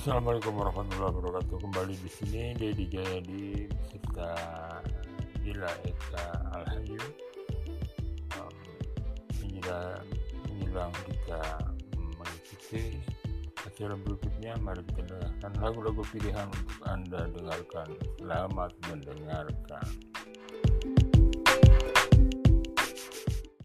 Assalamualaikum warahmatullahi wabarakatuh. Kembali di sini Dedi Jayadi beserta Dila Eka Alhayu. Menjelang kita mengikuti acara berikutnya, mari kita dengarkan lagu-lagu pilihan untuk Anda dengarkan. Selamat mendengarkan.